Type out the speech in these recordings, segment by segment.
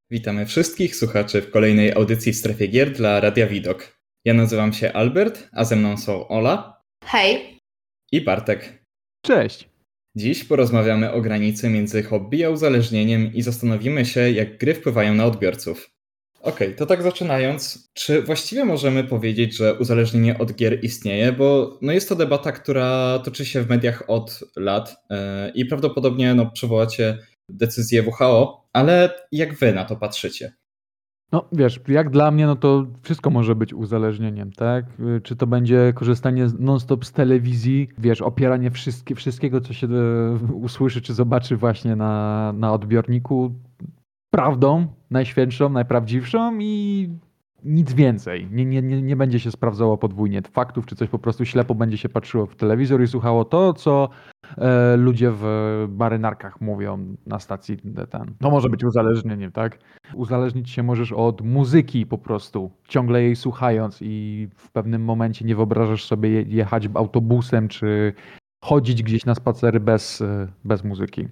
Witamy wszystkich słuchaczy w kolejnej audycji w Strefie Gier dla Radia Widok. Ja nazywam się Albert, a ze mną są Ola Hej. i Bartek. Cześć. Dziś porozmawiamy o granicy między hobby a uzależnieniem i zastanowimy się, jak gry wpływają na odbiorców. Okej, to tak zaczynając, czy właściwie możemy powiedzieć, że uzależnienie od gier istnieje? Bo jest to debata, która toczy się w mediach od lat i prawdopodobnie przywołacie decyzję WHO, ale jak wy na to patrzycie? No wiesz, jak dla mnie, to wszystko może być uzależnieniem, tak? Czy to będzie korzystanie non-stop z telewizji, wiesz, opieranie wszystkiego, co się usłyszy, czy zobaczy właśnie na odbiorniku prawdą najświętszą, najprawdziwszą i nic więcej. Nie będzie się sprawdzało podwójnie faktów, czy coś po prostu ślepo będzie się patrzyło w telewizor i słuchało to, co ludzie w marynarkach mówią na stacji ten. To może być uzależnieniem, tak? Uzależnić się możesz od muzyki po prostu, ciągle jej słuchając i w pewnym momencie nie wyobrażasz sobie jechać autobusem, czy chodzić gdzieś na spacery bez muzyki.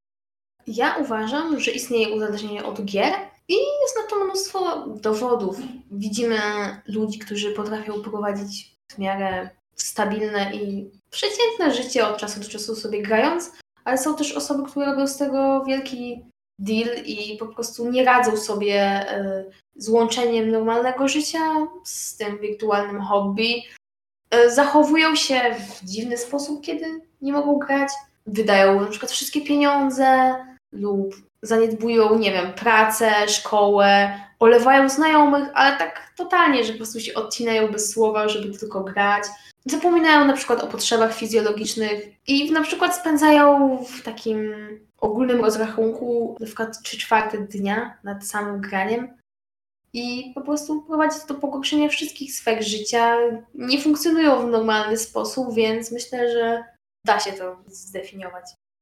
Ja uważam, że istnieje uzależnienie od gier i jest na to mnóstwo dowodów. Widzimy ludzi, którzy potrafią prowadzić w miarę stabilne i przeciętne życie od czasu do czasu sobie grając, ale są też osoby, które robią z tego wielki deal i po prostu nie radzą sobie z łączeniem normalnego życia z tym wirtualnym hobby. Zachowują się w dziwny sposób, kiedy nie mogą grać. Wydają na przykład wszystkie pieniądze lub zaniedbują, nie wiem, pracę, szkołę, olewają znajomych, ale tak totalnie, że po prostu się odcinają bez słowa, żeby tylko grać. Zapominają na przykład o potrzebach fizjologicznych i na przykład spędzają w takim ogólnym rozrachunku na przykład 3/4 dnia nad samym graniem. I po prostu prowadzi to do pogorszenia wszystkich sfer życia. Nie funkcjonują w normalny sposób, więc myślę, że da się to zdefiniować.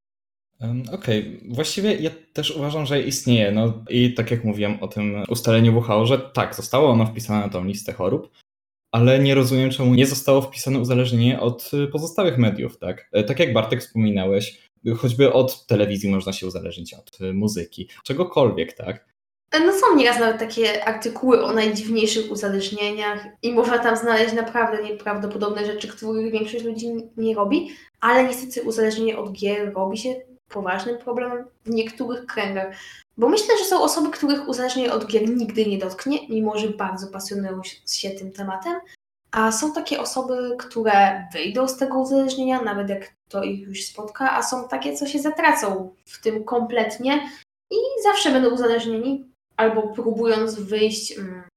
Okej, właściwie ja też uważam, że istnieje. I tak jak mówiłem o tym ustaleniu WHO, że tak, zostało ono wpisane na tą listę chorób, ale nie rozumiem, czemu nie zostało wpisane uzależnienie od pozostałych mediów, tak? Tak jak Bartek wspominałeś, choćby od telewizji można się uzależnić, od muzyki, czegokolwiek, tak? Są nieraz nawet takie artykuły o najdziwniejszych uzależnieniach i można tam znaleźć naprawdę nieprawdopodobne rzeczy, których większość ludzi nie robi, ale niestety uzależnienie od gier robi się poważnym problemem w niektórych kręgach. Bo myślę, że są osoby, których uzależnienie od gier nigdy nie dotknie, mimo że bardzo pasjonują się tym tematem, a są takie osoby, które wyjdą z tego uzależnienia, nawet jak to ich już spotka, a są takie, co się zatracą w tym kompletnie i zawsze będą uzależnieni, albo próbując wyjść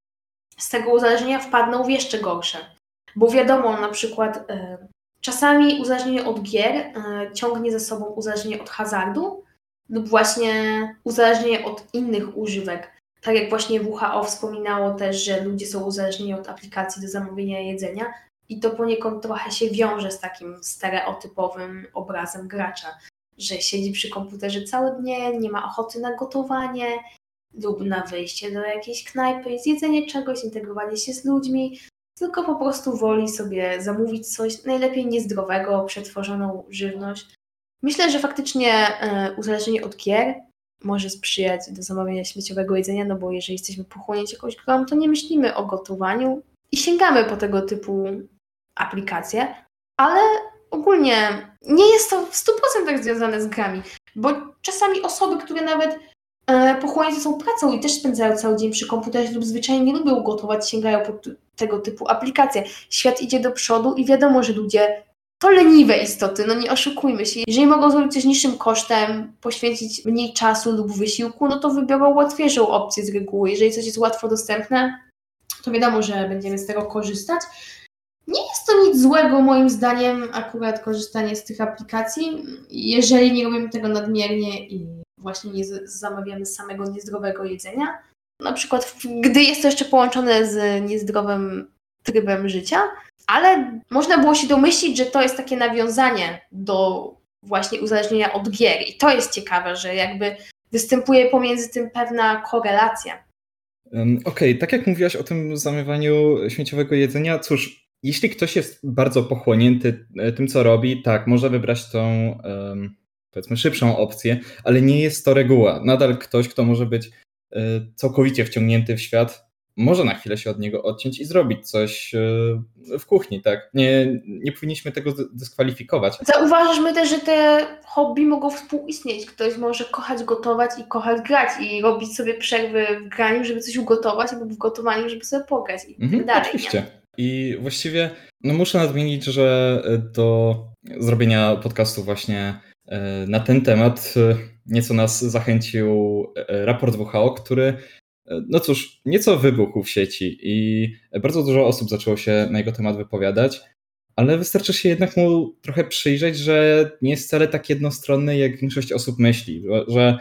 z tego uzależnienia wpadną w jeszcze gorsze. Bo wiadomo, na przykład czasami uzależnienie od gier ciągnie za sobą uzależnienie od hazardu lub właśnie uzależnienie od innych używek. Tak jak właśnie WHO wspominało też, że ludzie są uzależnieni od aplikacji do zamówienia jedzenia i to poniekąd trochę się wiąże z takim stereotypowym obrazem gracza, że siedzi przy komputerze całe dnie, nie ma ochoty na gotowanie lub na wyjście do jakiejś knajpy i zjedzenie czegoś, integrowanie się z ludźmi, tylko po prostu woli sobie zamówić coś, najlepiej niezdrowego, przetworzoną żywność. Myślę, że faktycznie uzależnienie od gier może sprzyjać do zamawiania śmieciowego jedzenia, bo jeżeli jesteśmy pochłonięci jakąś grą, to nie myślimy o gotowaniu i sięgamy po tego typu aplikacje, ale ogólnie nie jest to w 100% związane z grami, bo czasami osoby, które nawet pochłonięte są pracą i też spędzają cały dzień przy komputerze lub zwyczajnie nie lubią gotować, sięgają po tego typu aplikacje. Świat idzie do przodu i wiadomo, że ludzie to leniwe istoty, nie oszukujmy się. Jeżeli mogą zrobić coś niższym kosztem, poświęcić mniej czasu lub wysiłku, to wybiorą łatwiejszą opcję z reguły. Jeżeli coś jest łatwo dostępne, to wiadomo, że będziemy z tego korzystać. Nie jest to nic złego moim zdaniem akurat korzystanie z tych aplikacji, jeżeli nie robimy tego nadmiernie i właśnie nie zamawiamy samego niezdrowego jedzenia. Na przykład gdy jest to jeszcze połączone z niezdrowym trybem życia, ale można było się domyślić, że to jest takie nawiązanie do właśnie uzależnienia od gier i to jest ciekawe, że jakby występuje pomiędzy tym pewna korelacja. Okej, tak jak mówiłaś o tym zamawianiu śmieciowego jedzenia, cóż, jeśli ktoś jest bardzo pochłonięty tym, co robi, tak, może wybrać tą, powiedzmy, szybszą opcję, ale nie jest to reguła. Nadal ktoś, kto może być całkowicie wciągnięty w świat, może na chwilę się od niego odciąć i zrobić coś w kuchni, tak? Nie powinniśmy tego dyskwalifikować. Zauważmy też, że te hobby mogą współistnieć. Ktoś może kochać gotować i kochać grać i robić sobie przerwy w graniu, żeby coś ugotować, albo w gotowaniu, żeby sobie pograć i tak dalej. Oczywiście. I właściwie muszę nadmienić, że do zrobienia podcastu właśnie na ten temat nieco nas zachęcił raport WHO, który no cóż, nieco wybuchł w sieci i bardzo dużo osób zaczęło się na jego temat wypowiadać, ale wystarczy się jednak mu trochę przyjrzeć, że nie jest wcale tak jednostronny, jak większość osób myśli, że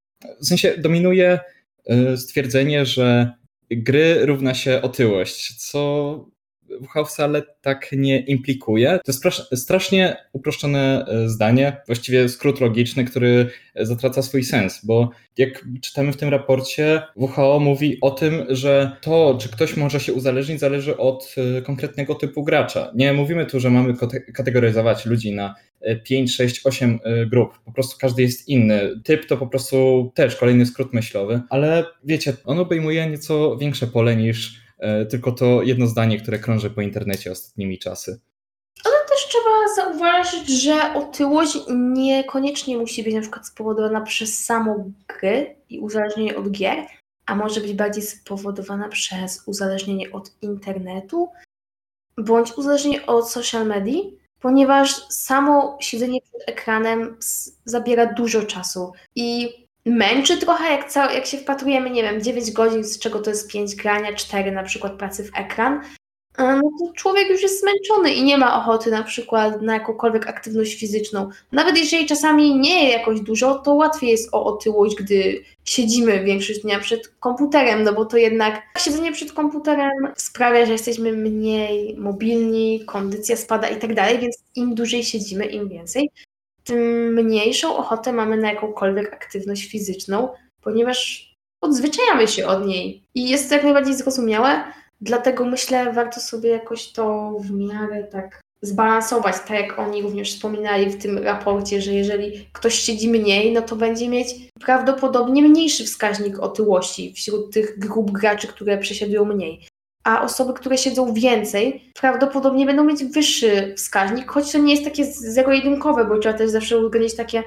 w sensie dominuje stwierdzenie, że gry równa się otyłość, co WHO wcale tak nie implikuje. To jest strasznie uproszczone zdanie, właściwie skrót logiczny, który zatraca swój sens, bo jak czytamy w tym raporcie, WHO mówi o tym, że to, czy ktoś może się uzależnić, zależy od konkretnego typu gracza. Nie mówimy tu, że mamy kategoryzować ludzi na 5, 6, 8 grup. Po prostu każdy jest inny. Typ to po prostu też kolejny skrót myślowy, ale wiecie, on obejmuje nieco większe pole niż tylko to jedno zdanie, które krąży po internecie ostatnimi czasy. Ale też trzeba zauważyć, że otyłość niekoniecznie musi być na przykład spowodowana przez samą gry i uzależnienie od gier, a może być bardziej spowodowana przez uzależnienie od internetu bądź uzależnienie od social medii, ponieważ samo siedzenie przed ekranem zabiera dużo czasu i męczy trochę, jak się wpatrujemy, nie wiem, 9 godzin, z czego to jest 5 grania, 4 na przykład pracy w ekran, no to człowiek już jest zmęczony i nie ma ochoty na przykład na jakąkolwiek aktywność fizyczną. Nawet jeżeli czasami nie je jakoś dużo, to łatwiej jest o otyłość, gdy siedzimy większość dnia przed komputerem, no bo to jednak siedzenie przed komputerem sprawia, że jesteśmy mniej mobilni, kondycja spada i tak dalej, więc im dłużej siedzimy, im więcej, tym mniejszą ochotę mamy na jakąkolwiek aktywność fizyczną, ponieważ odzwyczajamy się od niej i jest to jak najbardziej zrozumiałe, dlatego myślę, warto sobie jakoś to w miarę tak zbalansować, tak jak oni również wspominali w tym raporcie, że jeżeli ktoś siedzi mniej, no to będzie mieć prawdopodobnie mniejszy wskaźnik otyłości wśród tych grup graczy, które przesiadują mniej. A osoby, które siedzą więcej, prawdopodobnie będą mieć wyższy wskaźnik, choć to nie jest takie zero-jedynkowe, bo trzeba też zawsze uwzględnić takie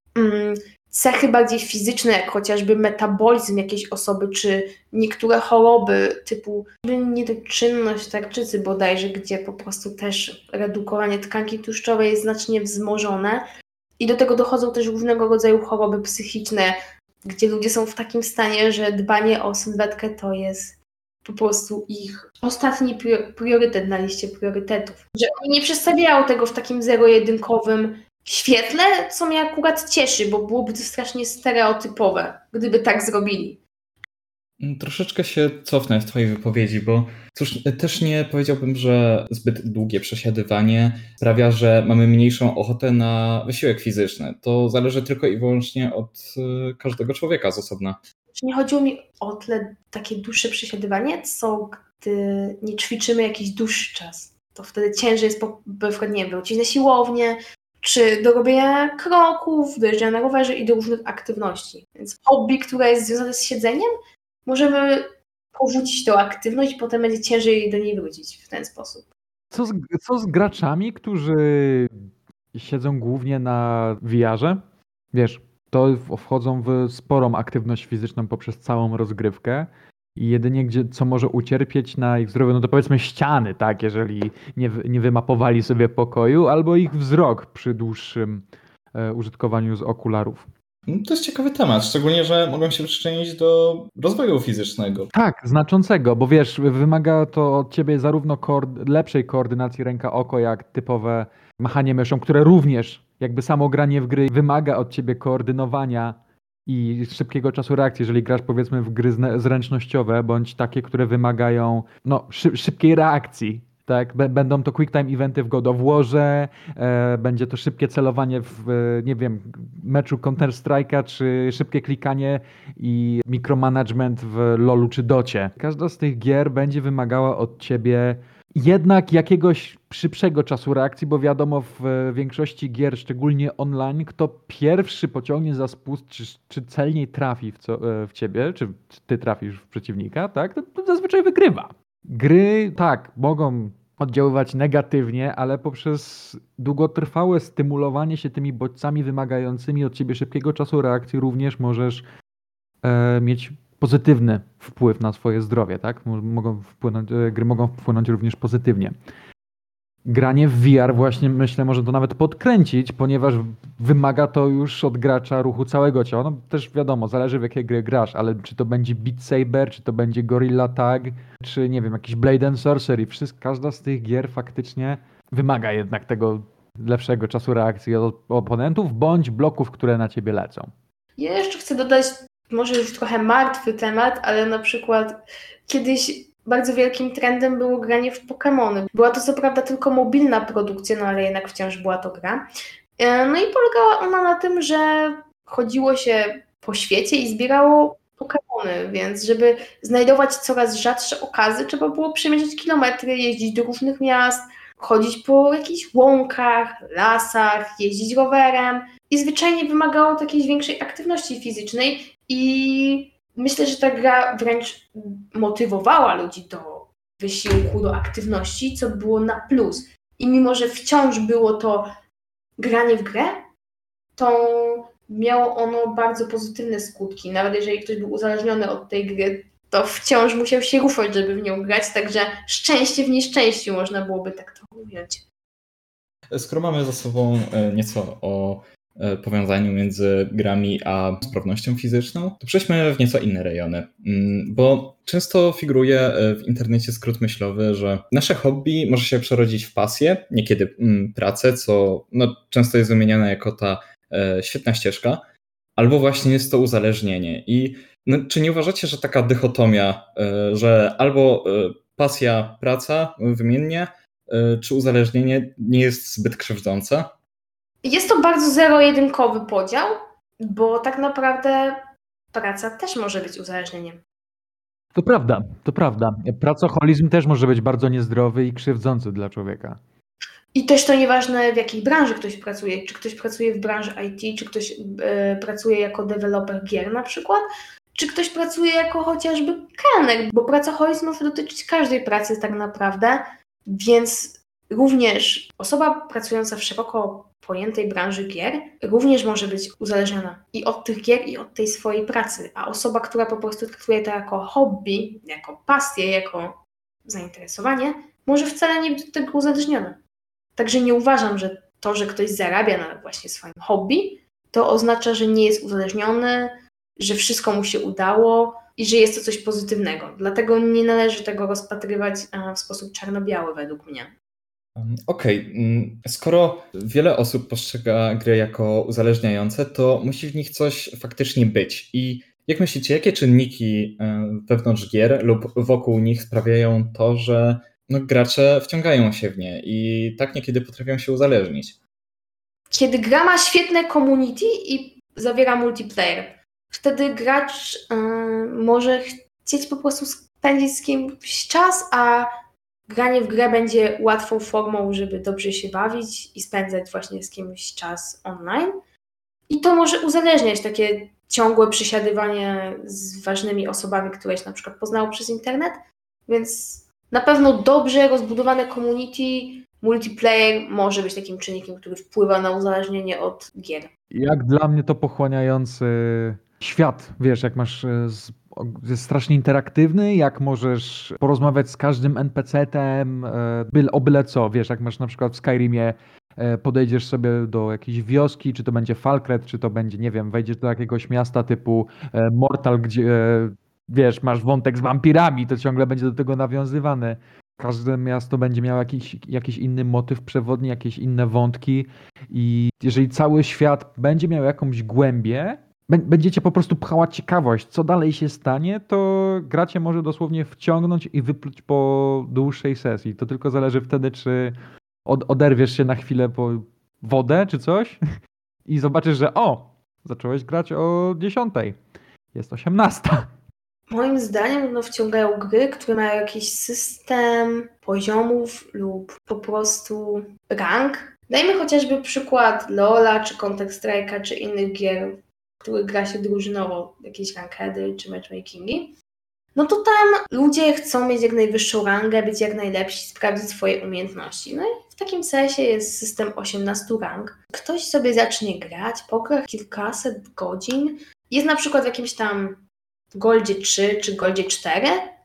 cechy bardziej fizyczne, jak chociażby metabolizm jakiejś osoby, czy niektóre choroby typu niedoczynność tarczycy bodajże, gdzie po prostu też redukowanie tkanki tłuszczowej jest znacznie wzmożone. I do tego dochodzą też różnego rodzaju choroby psychiczne, gdzie ludzie są w takim stanie, że dbanie o sylwetkę to jest po prostu ich ostatni priorytet na liście priorytetów. Że oni nie przedstawiają tego w takim zero-jedynkowym świetle, co mnie akurat cieszy, bo byłoby to strasznie stereotypowe, gdyby tak zrobili. Troszeczkę się cofnę w twojej wypowiedzi, bo cóż, też nie powiedziałbym, że zbyt długie przesiadywanie sprawia, że mamy mniejszą ochotę na wysiłek fizyczny. To zależy tylko i wyłącznie od każdego człowieka z osobna. Nie chodziło mi o tyle takie dłuższe przesiadywanie, co gdy nie ćwiczymy jakiś dłuższy czas. To wtedy ciężej jest na przykład, nie wiem, wrócić na siłownię, czy do robienia kroków, do jeżdżenia na rowerze i do różnych aktywności. Więc hobby, które jest związane z siedzeniem, możemy porzucić tą aktywność i potem będzie ciężej do niej wrócić w ten sposób. Co z graczami, którzy siedzą głównie na VR-ze? Wiesz, to wchodzą w sporą aktywność fizyczną poprzez całą rozgrywkę i jedynie co może ucierpieć na ich zdrowie, no to powiedzmy ściany, tak, jeżeli nie wymapowali sobie pokoju, albo ich wzrok przy dłuższym użytkowaniu z okularów. To jest ciekawy temat, szczególnie, że mogą się przyczynić do rozwoju fizycznego. Tak, znaczącego, bo wiesz, wymaga to od ciebie zarówno lepszej koordynacji ręka-oko, jak typowe machanie myszą, które również jakby samo granie w gry wymaga od ciebie koordynowania i szybkiego czasu reakcji, jeżeli grasz powiedzmy w gry zręcznościowe, bądź takie, które wymagają szybkiej reakcji. Tak, będą to quick time eventy w God of Warze, będzie to szybkie celowanie w, nie wiem, meczu Counter-Strike'a, czy szybkie klikanie i mikromanagement w LoLu czy Docie. Każda z tych gier będzie wymagała od ciebie jednak jakiegoś szybszego czasu reakcji, bo wiadomo w większości gier, szczególnie online, kto pierwszy pociągnie za spust, czy celniej trafi w ciebie, czy ty trafisz w przeciwnika, tak, to zazwyczaj wygrywa. Gry, tak, mogą oddziaływać negatywnie, ale poprzez długotrwałe stymulowanie się tymi bodźcami wymagającymi od ciebie szybkiego czasu reakcji również możesz mieć pozytywny wpływ na swoje zdrowie, tak? Gry mogą wpłynąć również pozytywnie. Granie w VR właśnie, myślę, może to nawet podkręcić, ponieważ wymaga to już od gracza ruchu całego ciała. No też wiadomo, zależy w jakie gry grasz, ale czy to będzie Beat Saber, czy to będzie Gorilla Tag, czy nie wiem, jakiś Blade and Sorcery. Każda z tych gier faktycznie wymaga jednak tego lepszego czasu reakcji od oponentów, bądź bloków, które na ciebie lecą. Ja jeszcze chcę dodać, może już trochę martwy temat, ale na przykład kiedyś bardzo wielkim trendem było granie w Pokémony. Była to co prawda tylko mobilna produkcja, no ale jednak wciąż była to gra. No i polegała ona na tym, że chodziło się po świecie i zbierało Pokémony, więc żeby znajdować coraz rzadsze okazy, trzeba było przemierzyć kilometry, jeździć do różnych miast, chodzić po jakichś łąkach, lasach, jeździć rowerem i zwyczajnie wymagało takiej większej aktywności fizycznej i myślę, że ta gra wręcz motywowała ludzi do wysiłku, do aktywności, co było na plus. I mimo, że wciąż było to granie w grę, to miało ono bardzo pozytywne skutki. Nawet jeżeli ktoś był uzależniony od tej gry, to wciąż musiał się ruszać, żeby w nią grać, także szczęście w nieszczęściu można byłoby tak to ująć. Skoro mamy za sobą nieco o powiązaniu między grami a sprawnością fizyczną, to przejdźmy w nieco inne rejony, bo często figuruje w internecie skrót myślowy, że nasze hobby może się przerodzić w pasję, niekiedy pracę, co często jest wymieniane jako ta świetna ścieżka, albo właśnie jest to uzależnienie. I czy nie uważacie, że taka dychotomia, że albo pasja, praca wymiennie, czy uzależnienie nie jest zbyt krzywdząca? Jest to bardzo zero-jedynkowy podział, bo tak naprawdę praca też może być uzależnieniem. To prawda, to prawda. Pracoholizm też może być bardzo niezdrowy i krzywdzący dla człowieka. I też to nieważne, w jakiej branży ktoś pracuje. Czy ktoś pracuje w branży IT, czy ktoś pracuje jako deweloper gier na przykład, czy ktoś pracuje jako chociażby kelner, bo pracoholizm może dotyczyć każdej pracy tak naprawdę, więc również osoba pracująca w szeroko pojętej branży gier również może być uzależniona i od tych gier, i od tej swojej pracy, a osoba, która po prostu traktuje to jako hobby, jako pasję, jako zainteresowanie, może wcale nie być do tego uzależniona. Także nie uważam, że to, że ktoś zarabia na właśnie swoim hobby, to oznacza, że nie jest uzależniony, że wszystko mu się udało i że jest to coś pozytywnego. Dlatego nie należy tego rozpatrywać w sposób czarno-biały według mnie. Okej. Skoro wiele osób postrzega gry jako uzależniające, to musi w nich coś faktycznie być. I jak myślicie, jakie czynniki wewnątrz gier lub wokół nich sprawiają to, że gracze wciągają się w nie i tak niekiedy potrafią się uzależnić? Kiedy gra ma świetne community i zawiera multiplayer, wtedy gracz może chcieć po prostu spędzić z kimś czas, a granie w grę będzie łatwą formą, żeby dobrze się bawić i spędzać właśnie z kimś czas online. I to może uzależniać takie ciągłe przysiadywanie z ważnymi osobami, któreś na przykład poznało przez internet. Więc na pewno dobrze rozbudowane community, multiplayer może być takim czynnikiem, który wpływa na uzależnienie od gier. Jak dla mnie to pochłaniający świat, wiesz, jak masz jest strasznie interaktywny, jak możesz porozmawiać z każdym NPC-tem, o byle co, wiesz, jak masz na przykład w Skyrimie, podejdziesz sobie do jakiejś wioski, czy to będzie Falkreath, czy to będzie, nie wiem, wejdziesz do jakiegoś miasta typu Mortal, gdzie, wiesz, masz wątek z wampirami, to ciągle będzie do tego nawiązywany. Każde miasto będzie miało jakiś inny motyw przewodni, jakieś inne wątki i jeżeli cały świat będzie miał jakąś głębię, będziecie po prostu pchała ciekawość, co dalej się stanie, to gra cię może dosłownie wciągnąć i wypluć po dłuższej sesji. To tylko zależy wtedy, czy oderwiesz się na chwilę po wodę czy coś i zobaczysz, że zacząłeś grać o 10:00. Jest 18:00. Moim zdaniem wciągają gry, które mają jakiś system poziomów lub po prostu rank. Dajmy chociażby przykład LoL'a, czy Counter-Strike'a, czy innych gier, w których gra się drużynowo, jakieś rankedy czy matchmakingi. No to tam ludzie chcą mieć jak najwyższą rangę, być jak najlepsi, sprawdzić swoje umiejętności. No i w takim sensie jest system 18 rang. Ktoś sobie zacznie grać, pogra kilkaset godzin, jest na przykład w jakimś tam Goldzie 3 czy Goldzie 4,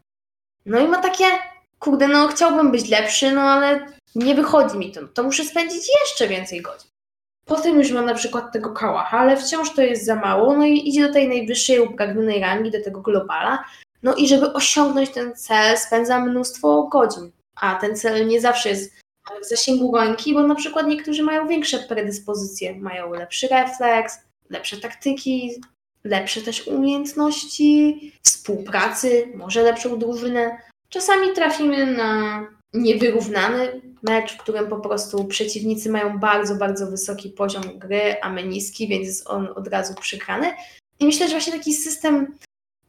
no i ma takie, kurde, no chciałbym być lepszy, no ale nie wychodzi mi to muszę spędzić jeszcze więcej godzin. Potem już mam na przykład tego kałacha, ale wciąż to jest za mało, no i idzie do tej najwyższej upragnionej rangi, do tego globala. No i żeby osiągnąć ten cel, spędzam mnóstwo godzin. A ten cel nie zawsze jest w zasięgu ręki, bo na przykład niektórzy mają większe predyspozycje, mają lepszy refleks, lepsze taktyki, lepsze też umiejętności współpracy, może lepszą drużynę. Czasami trafimy na niewyrównany mecz, w którym po prostu przeciwnicy mają bardzo, bardzo wysoki poziom gry, a my niski, więc jest on od razu przegrany. I myślę, że właśnie taki system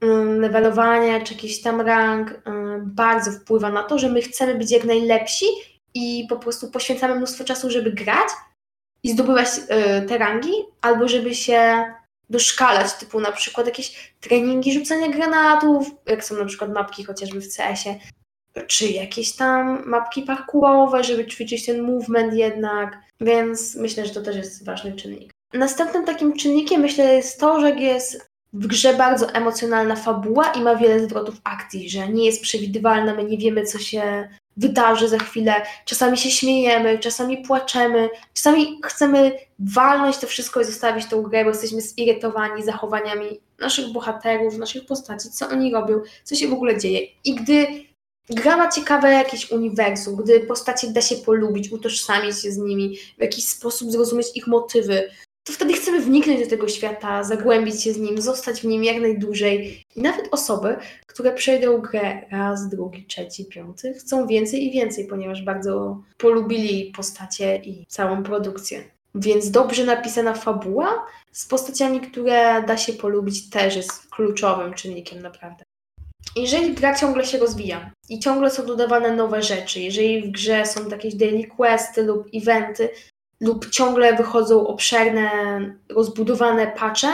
levelowania czy jakiś tam rank bardzo wpływa na to, że my chcemy być jak najlepsi i po prostu poświęcamy mnóstwo czasu, żeby grać i zdobywać te rangi, albo żeby się doszkalać, typu na przykład jakieś treningi rzucania granatów, jak są na przykład mapki chociażby w CS-ie, czy jakieś tam mapki parkourowe, żeby ćwiczyć ten movement jednak, więc myślę, że to też jest ważny czynnik. Następnym takim czynnikiem myślę jest to, że jest w grze bardzo emocjonalna fabuła i ma wiele zwrotów akcji, że nie jest przewidywalna, my nie wiemy, co się wydarzy za chwilę. Czasami się śmiejemy, czasami płaczemy, czasami chcemy walnąć to wszystko i zostawić tą grę, bo jesteśmy zirytowani zachowaniami naszych bohaterów, naszych postaci, co oni robią, co się w ogóle dzieje. I gdy gra ma ciekawe jakieś uniwersum, gdy postacie da się polubić, utożsamić się z nimi, w jakiś sposób zrozumieć ich motywy, to wtedy chcemy wniknąć do tego świata, zagłębić się z nim, zostać w nim jak najdłużej. I nawet osoby, które przejdą grę raz, drugi, trzeci, piąty, chcą więcej i więcej, ponieważ bardzo polubili postacie i całą produkcję. Więc dobrze napisana fabuła z postaciami, które da się polubić, też jest kluczowym czynnikiem naprawdę. Jeżeli gra ciągle się rozwija i ciągle są dodawane nowe rzeczy, jeżeli w grze są jakieś daily questy lub eventy, lub ciągle wychodzą obszerne, rozbudowane patche,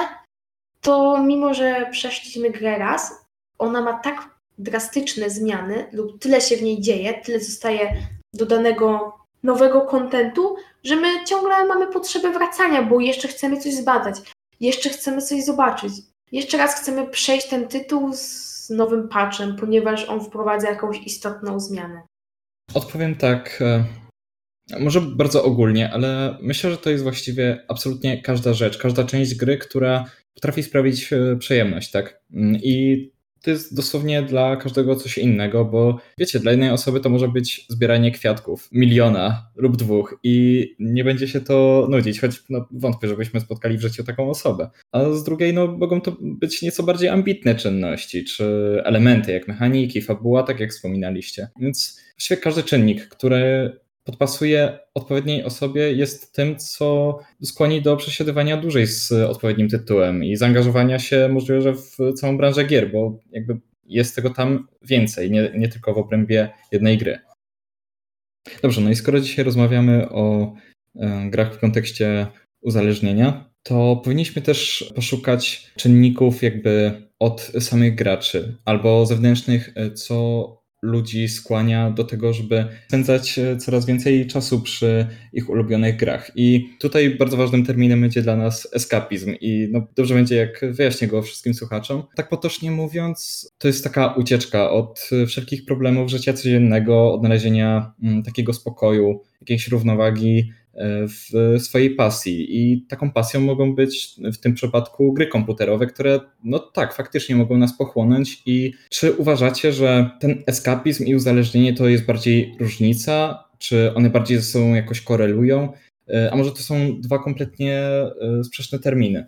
to mimo, że przeszliśmy grę raz, ona ma tak drastyczne zmiany lub tyle się w niej dzieje, tyle zostaje dodanego nowego kontentu, że my ciągle mamy potrzebę wracania, bo jeszcze chcemy coś zbadać, jeszcze chcemy coś zobaczyć, jeszcze raz chcemy przejść ten tytuł z nowym patchem, ponieważ on wprowadza jakąś istotną zmianę. Odpowiem tak, może bardzo ogólnie, ale myślę, że to jest właściwie absolutnie każda rzecz, każda część gry, która potrafi sprawić przyjemność, tak? I to jest dosłownie dla każdego coś innego, bo wiecie, dla jednej osoby to może być zbieranie kwiatków, 1 000 000 lub 2 i nie będzie się to nudzić, choć wątpię, żebyśmy spotkali w życiu taką osobę. A z drugiej mogą to być nieco bardziej ambitne czynności, czy elementy jak mechaniki, fabuła, tak jak wspominaliście. Więc właściwie każdy czynnik, który podpasuje odpowiedniej osobie, jest tym, co skłoni do przesiadywania dłużej z odpowiednim tytułem i zaangażowania się możliwe, że w całą branżę gier, bo jakby jest tego tam więcej, nie tylko w obrębie jednej gry. Dobrze, no i skoro dzisiaj rozmawiamy o grach w kontekście uzależnienia, to powinniśmy też poszukać czynników jakby od samych graczy albo zewnętrznych, co ludzi skłania do tego, żeby spędzać coraz więcej czasu przy ich ulubionych grach. I tutaj bardzo ważnym terminem będzie dla nas eskapizm i dobrze będzie, jak wyjaśnię go wszystkim słuchaczom. Tak potocznie mówiąc, to jest taka ucieczka od wszelkich problemów życia codziennego, odnalezienia takiego spokoju, jakiejś równowagi w swojej pasji. I taką pasją mogą być w tym przypadku gry komputerowe, które tak, faktycznie mogą nas pochłonąć. I czy uważacie, że ten eskapizm i uzależnienie to jest bardziej różnica? Czy one bardziej ze sobą jakoś korelują? A może to są dwa kompletnie sprzeczne terminy?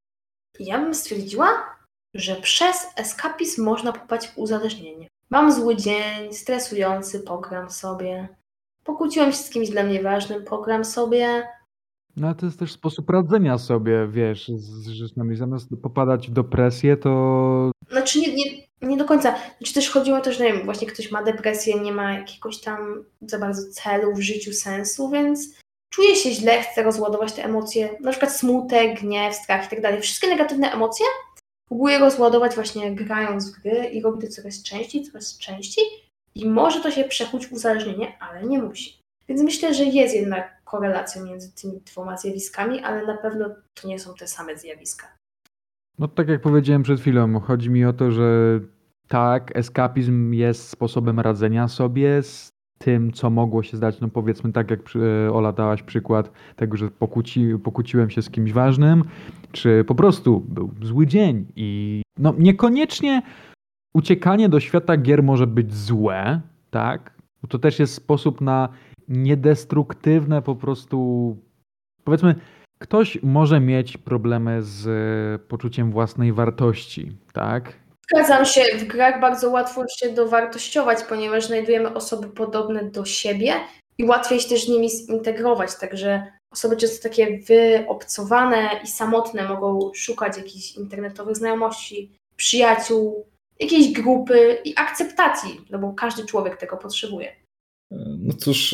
Ja bym stwierdziła, że przez eskapizm można popaść w uzależnienie. Mam zły dzień, stresujący, pogram sobie. Pokłóciłem się z kimś dla mnie ważnym, pogram sobie. No ale to jest też sposób radzenia sobie, wiesz, z rzeczami. Zamiast popadać w depresję, to Znaczy Nie do końca. Znaczy też chodziło też, nie wiem, właśnie ktoś ma depresję, nie ma jakiegoś tam za bardzo celu w życiu, sensu, więc czuje się źle, chce rozładować te emocje, na przykład smutek, gniew, strach i tak dalej. Wszystkie negatywne emocje próbuje rozładować właśnie grając w gry i robi to coraz częściej i może to się przekuć w uzależnienie, ale nie musi. Więc myślę, że jest jednak korelacja między tymi dwoma zjawiskami, ale na pewno to nie są te same zjawiska. No tak jak powiedziałem przed chwilą, chodzi mi o to, że tak, eskapizm jest sposobem radzenia sobie z tym, co mogło się zdać. No powiedzmy tak, jak Ola dałaś przykład tego, że pokłóciłem się z kimś ważnym, czy po prostu był zły dzień i no niekoniecznie uciekanie do świata gier może być złe, tak? Bo to też jest sposób na niedestruktywne po prostu, powiedzmy, ktoś może mieć problemy z poczuciem własnej wartości, tak? Zgadzam się, w grach bardzo łatwo się dowartościować, ponieważ znajdujemy osoby podobne do siebie i łatwiej się też z nimi zintegrować, także osoby często takie wyobcowane i samotne mogą szukać jakichś internetowych znajomości, przyjaciół, jakiejś grupy i akceptacji, no bo każdy człowiek tego potrzebuje. No cóż,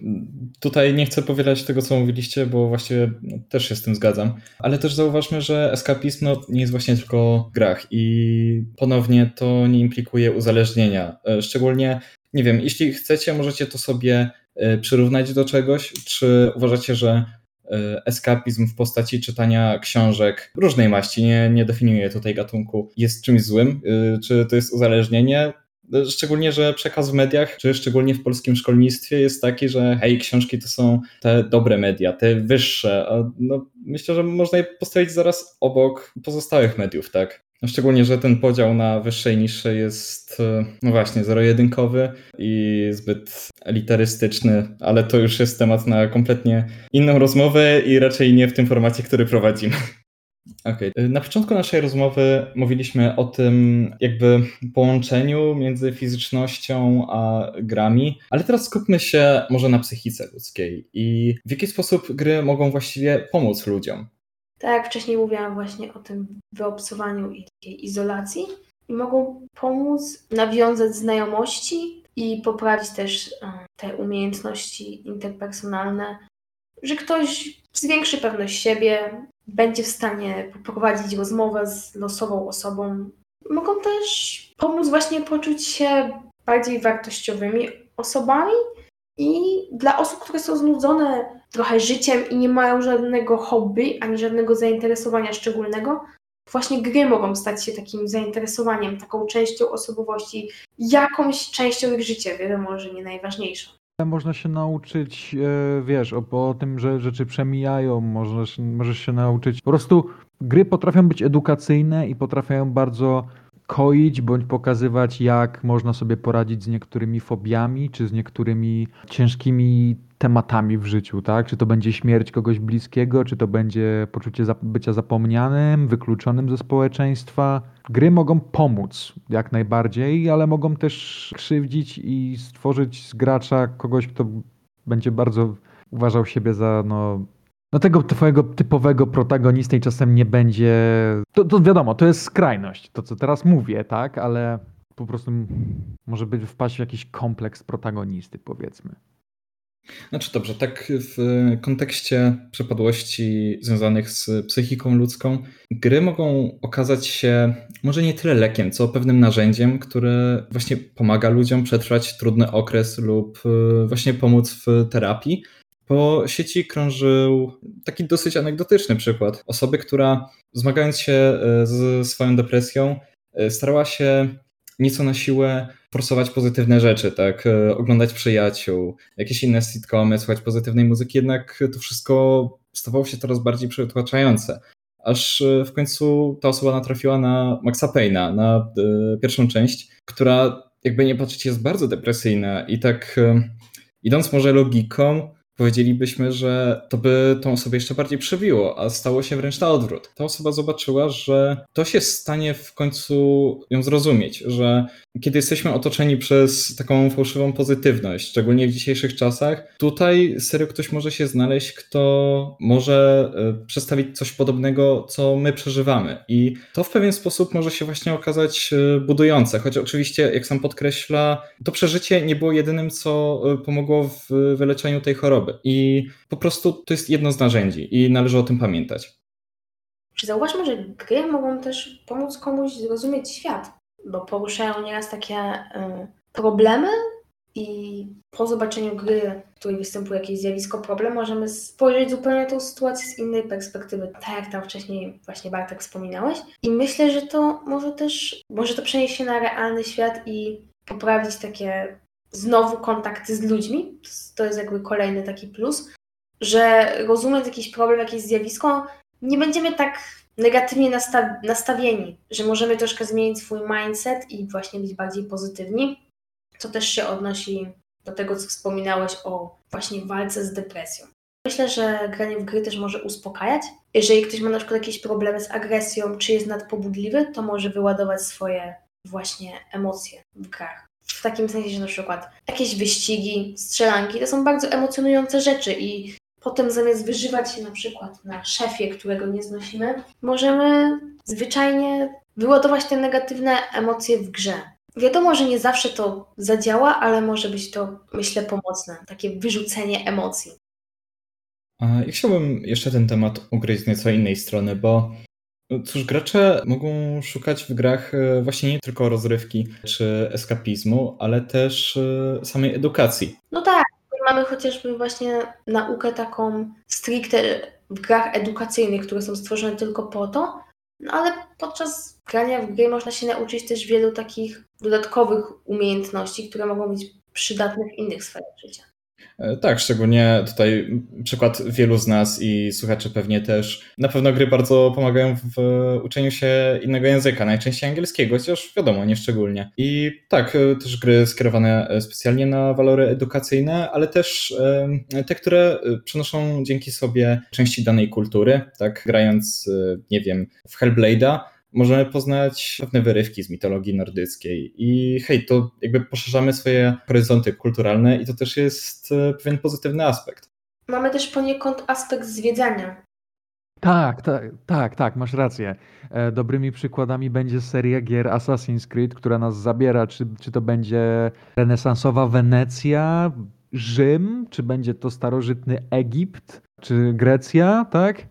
tutaj nie chcę powielać tego, co mówiliście, bo właściwie też się z tym zgadzam, ale też zauważmy, że eskapizm nie jest właśnie tylko w grach i ponownie to nie implikuje uzależnienia. Szczególnie, nie wiem, jeśli chcecie, możecie to sobie przyrównać do czegoś, czy uważacie, że eskapizm w postaci czytania książek różnej maści, nie definiuję tutaj gatunku, jest czymś złym, czy to jest uzależnienie? Szczególnie, że przekaz w mediach, czy szczególnie w polskim szkolnictwie jest taki, że hej, książki to są te dobre media, te wyższe. A no, myślę, że można je postawić zaraz obok pozostałych mediów, tak? No, szczególnie, że ten podział na wyższe i niższe jest, no właśnie, zero-jedynkowy i zbyt elitarystyczny, ale to już jest temat na kompletnie inną rozmowę i raczej nie w tym formacie, który prowadzimy. Okej. Na początku naszej rozmowy mówiliśmy o tym jakby połączeniu między fizycznością a grami, ale teraz skupmy się może na psychice ludzkiej i w jaki sposób gry mogą właściwie pomóc ludziom. Tak jak wcześniej mówiłam właśnie o tym wyobcowaniu i takiej izolacji i mogą pomóc nawiązać znajomości i poprawić też te umiejętności interpersonalne, że ktoś zwiększy pewność siebie, będzie w stanie poprowadzić rozmowę z losową osobą. Mogą też pomóc właśnie poczuć się bardziej wartościowymi osobami i dla osób, które są znudzone trochę życiem i nie mają żadnego hobby, ani żadnego zainteresowania szczególnego, właśnie gry mogą stać się takim zainteresowaniem, taką częścią osobowości, jakąś częścią ich życia, wiadomo, że nie najważniejszą. Można się nauczyć, wiesz, o tym, że rzeczy przemijają, możesz się nauczyć. Po prostu gry potrafią być edukacyjne i potrafią bardzo koić bądź pokazywać, jak można sobie poradzić z niektórymi fobiami, czy z niektórymi ciężkimi tematami w życiu, tak? Czy to będzie śmierć kogoś bliskiego, czy to będzie poczucie bycia zapomnianym, wykluczonym ze społeczeństwa. Gry mogą pomóc jak najbardziej, ale mogą też krzywdzić i stworzyć z gracza kogoś, kto będzie bardzo uważał siebie za tego twojego typowego protagonistę i czasem nie będzie... To wiadomo, to jest skrajność, to co teraz mówię, tak? Ale po prostu może wpaść w jakiś kompleks protagonisty, powiedzmy. Znaczy dobrze, tak w kontekście przypadłości związanych z psychiką ludzką, gry mogą okazać się może nie tyle lekiem, co pewnym narzędziem, które właśnie pomaga ludziom przetrwać trudny okres lub właśnie pomóc w terapii. Po sieci krążył taki dosyć anegdotyczny przykład osoby, która zmagając się z swoją depresją starała się nieco na siłę forsować pozytywne rzeczy, tak? Oglądać przyjaciół, jakieś inne sitcomy, słuchać pozytywnej muzyki, jednak to wszystko stawało się coraz bardziej przytłaczające. Aż w końcu ta osoba natrafiła na Maxa Payne'a, na pierwszą część, która jakby nie patrzeć jest bardzo depresyjna i tak idąc może logiką, powiedzielibyśmy, że to by tą osobę jeszcze bardziej przebiło, a stało się wręcz na odwrót. Ta osoba zobaczyła, że ktoś jest w stanie w końcu ją zrozumieć, że kiedy jesteśmy otoczeni przez taką fałszywą pozytywność, szczególnie w dzisiejszych czasach, tutaj serio ktoś może się znaleźć, kto może przedstawić coś podobnego, co my przeżywamy. I to w pewien sposób może się właśnie okazać budujące, choć oczywiście, jak sam podkreśla, to przeżycie nie było jedynym, co pomogło w wyleczeniu tej choroby. I po prostu to jest jedno z narzędzi i należy o tym pamiętać. Czy zauważmy, że gry mogą też pomóc komuś zrozumieć świat, bo poruszają nieraz takie problemy i po zobaczeniu gry, w której występuje jakieś zjawisko, problem, możemy spojrzeć zupełnie na tą sytuację z innej perspektywy, tak jak tam wcześniej właśnie Bartek wspominałeś. I myślę, że to może to przenieść się na realny świat i poprawić takie znowu kontakty z ludźmi. To jest jakby kolejny taki plus, że rozumiejąc jakiś problem, jakieś zjawisko, nie będziemy tak negatywnie nastawieni, że możemy troszkę zmienić swój mindset i właśnie być bardziej pozytywni, co też się odnosi do tego, co wspominałeś o właśnie walce z depresją. Myślę, że granie w gry też może uspokajać. Jeżeli ktoś ma na przykład jakieś problemy z agresją, czy jest nadpobudliwy, to może wyładować swoje właśnie emocje w grach. W takim sensie, że na przykład jakieś wyścigi, strzelanki, to są bardzo emocjonujące rzeczy i potem zamiast wyżywać się na przykład na szefie, którego nie znosimy, możemy zwyczajnie wyładować te negatywne emocje w grze. Wiadomo, że nie zawsze to zadziała, ale może być to, myślę, pomocne. Takie wyrzucenie emocji. Ja chciałbym jeszcze ten temat ugryźć z nieco innej strony, bo cóż, gracze mogą szukać w grach właśnie nie tylko rozrywki czy eskapizmu, ale też samej edukacji. No tak, mamy chociażby właśnie naukę taką stricte w grach edukacyjnych, które są stworzone tylko po to, no ale podczas grania w gry można się nauczyć też wielu takich dodatkowych umiejętności, które mogą być przydatne w innych sferach życia. Tak, szczególnie tutaj przykład wielu z nas i słuchaczy pewnie też. Na pewno gry bardzo pomagają w uczeniu się innego języka, najczęściej angielskiego, chociaż wiadomo, nie szczególnie. I tak, też gry skierowane specjalnie na walory edukacyjne, ale też te, które przenoszą dzięki sobie części danej kultury, tak, grając, nie wiem, w Hellblade'a, możemy poznać pewne wyrywki z mitologii nordyckiej i hej, to jakby poszerzamy swoje horyzonty kulturalne i to też jest pewien pozytywny aspekt. Mamy też poniekąd aspekt zwiedzania. Tak, masz rację. Dobrymi przykładami będzie seria gier Assassin's Creed, która nas zabiera, czy to będzie renesansowa Wenecja, Rzym, czy będzie to starożytny Egipt, czy Grecja, tak?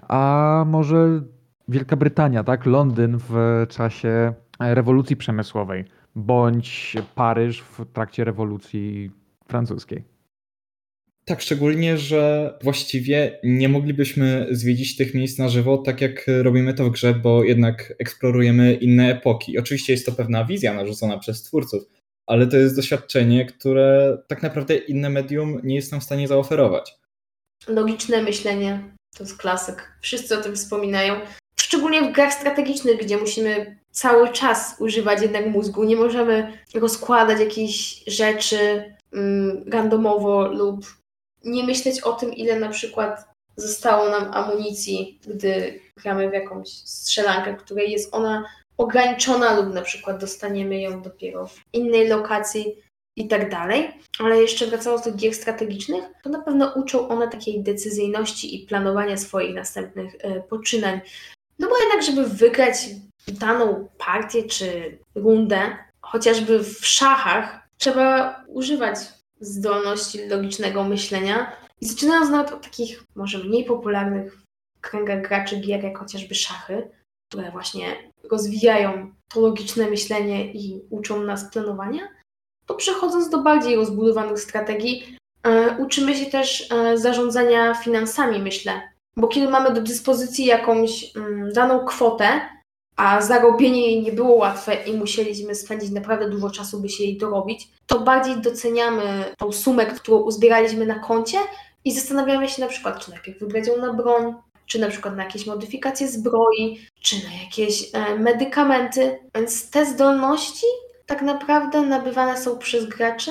A może Wielka Brytania, tak? Londyn w czasie rewolucji przemysłowej, bądź Paryż w trakcie rewolucji francuskiej. Tak, szczególnie, że właściwie nie moglibyśmy zwiedzić tych miejsc na żywo, tak jak robimy to w grze, bo jednak eksplorujemy inne epoki. Oczywiście jest to pewna wizja narzucona przez twórców, ale to jest doświadczenie, które tak naprawdę inne medium nie jest nam w stanie zaoferować. Logiczne myślenie to jest klasyk. Wszyscy o tym wspominają. Szczególnie w grach strategicznych, gdzie musimy cały czas używać jednak mózgu. Nie możemy rozkładać jakichś rzeczy randomowo lub nie myśleć o tym, ile na przykład zostało nam amunicji, gdy gramy w jakąś strzelankę, której jest ona ograniczona lub na przykład dostaniemy ją dopiero w innej lokacji i tak dalej. Ale jeszcze wracając do gier strategicznych, to na pewno uczą one takiej decyzyjności i planowania swoich następnych poczynań. No bo jednak, żeby wygrać daną partię czy rundę, chociażby w szachach, trzeba używać zdolności logicznego myślenia. I zaczynając nawet od takich może mniej popularnych w kręgach graczy gier, jak chociażby szachy, które właśnie rozwijają to logiczne myślenie i uczą nas planowania, to przechodząc do bardziej rozbudowanych strategii, uczymy się też zarządzania finansami, myślę. Bo kiedy mamy do dyspozycji jakąś daną kwotę, a zarobienie jej nie było łatwe i musieliśmy spędzić naprawdę dużo czasu, by się jej dorobić, to bardziej doceniamy tą sumę, którą uzbieraliśmy na koncie i zastanawiamy się na przykład, czy najpierw wybrać ją na broń, czy na przykład na jakieś modyfikacje zbroi, czy na jakieś medykamenty. Więc te zdolności tak naprawdę nabywane są przez graczy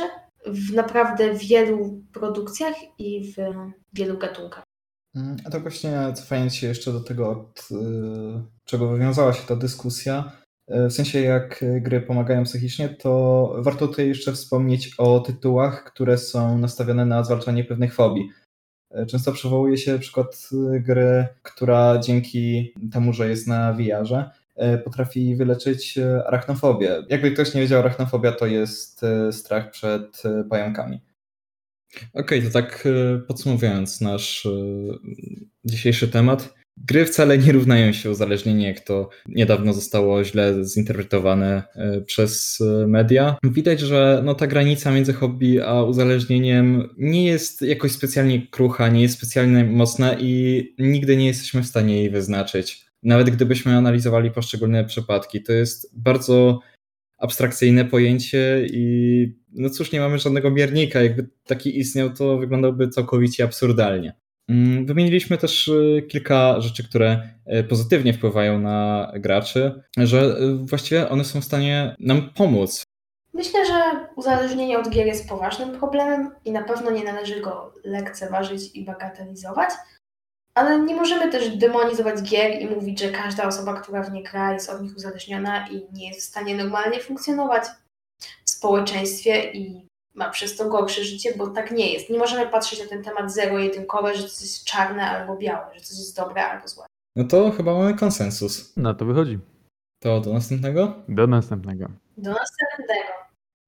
w naprawdę wielu produkcjach i w wielu gatunkach. A to właśnie cofając się jeszcze do tego, od czego wywiązała się ta dyskusja, w sensie jak gry pomagają psychicznie, to warto tutaj jeszcze wspomnieć o tytułach, które są nastawione na zwalczanie pewnych fobii. Często przywołuje się przykład gry, która dzięki temu, że jest na VR-ze, potrafi wyleczyć arachnofobię. Jakby ktoś nie wiedział, arachnofobia to jest strach przed pająkami. Okej, to tak podsumowując nasz dzisiejszy temat. Gry wcale nie równają się uzależnieniu, jak to niedawno zostało źle zinterpretowane przez media. Widać, że ta granica między hobby a uzależnieniem nie jest jakoś specjalnie krucha, nie jest specjalnie mocna i nigdy nie jesteśmy w stanie jej wyznaczyć. Nawet gdybyśmy analizowali poszczególne przypadki, to jest bardzo abstrakcyjne pojęcie i cóż, nie mamy żadnego miernika. Jakby taki istniał, to wyglądałby całkowicie absurdalnie. Wymieniliśmy też kilka rzeczy, które pozytywnie wpływają na graczy, że właściwie one są w stanie nam pomóc. Myślę, że uzależnienie od gier jest poważnym problemem i na pewno nie należy go lekceważyć i bagatelizować, ale nie możemy też demonizować gier i mówić, że każda osoba, która w nie gra, jest od nich uzależniona i nie jest w stanie normalnie funkcjonować w społeczeństwie i ma przez to gorsze życie, bo tak nie jest. Nie możemy patrzeć na ten temat zero-jedynkowe, że coś jest czarne albo białe, że coś jest dobre albo złe. No to chyba mamy konsensus. No to wychodzi. To do następnego? Do następnego. Do następnego.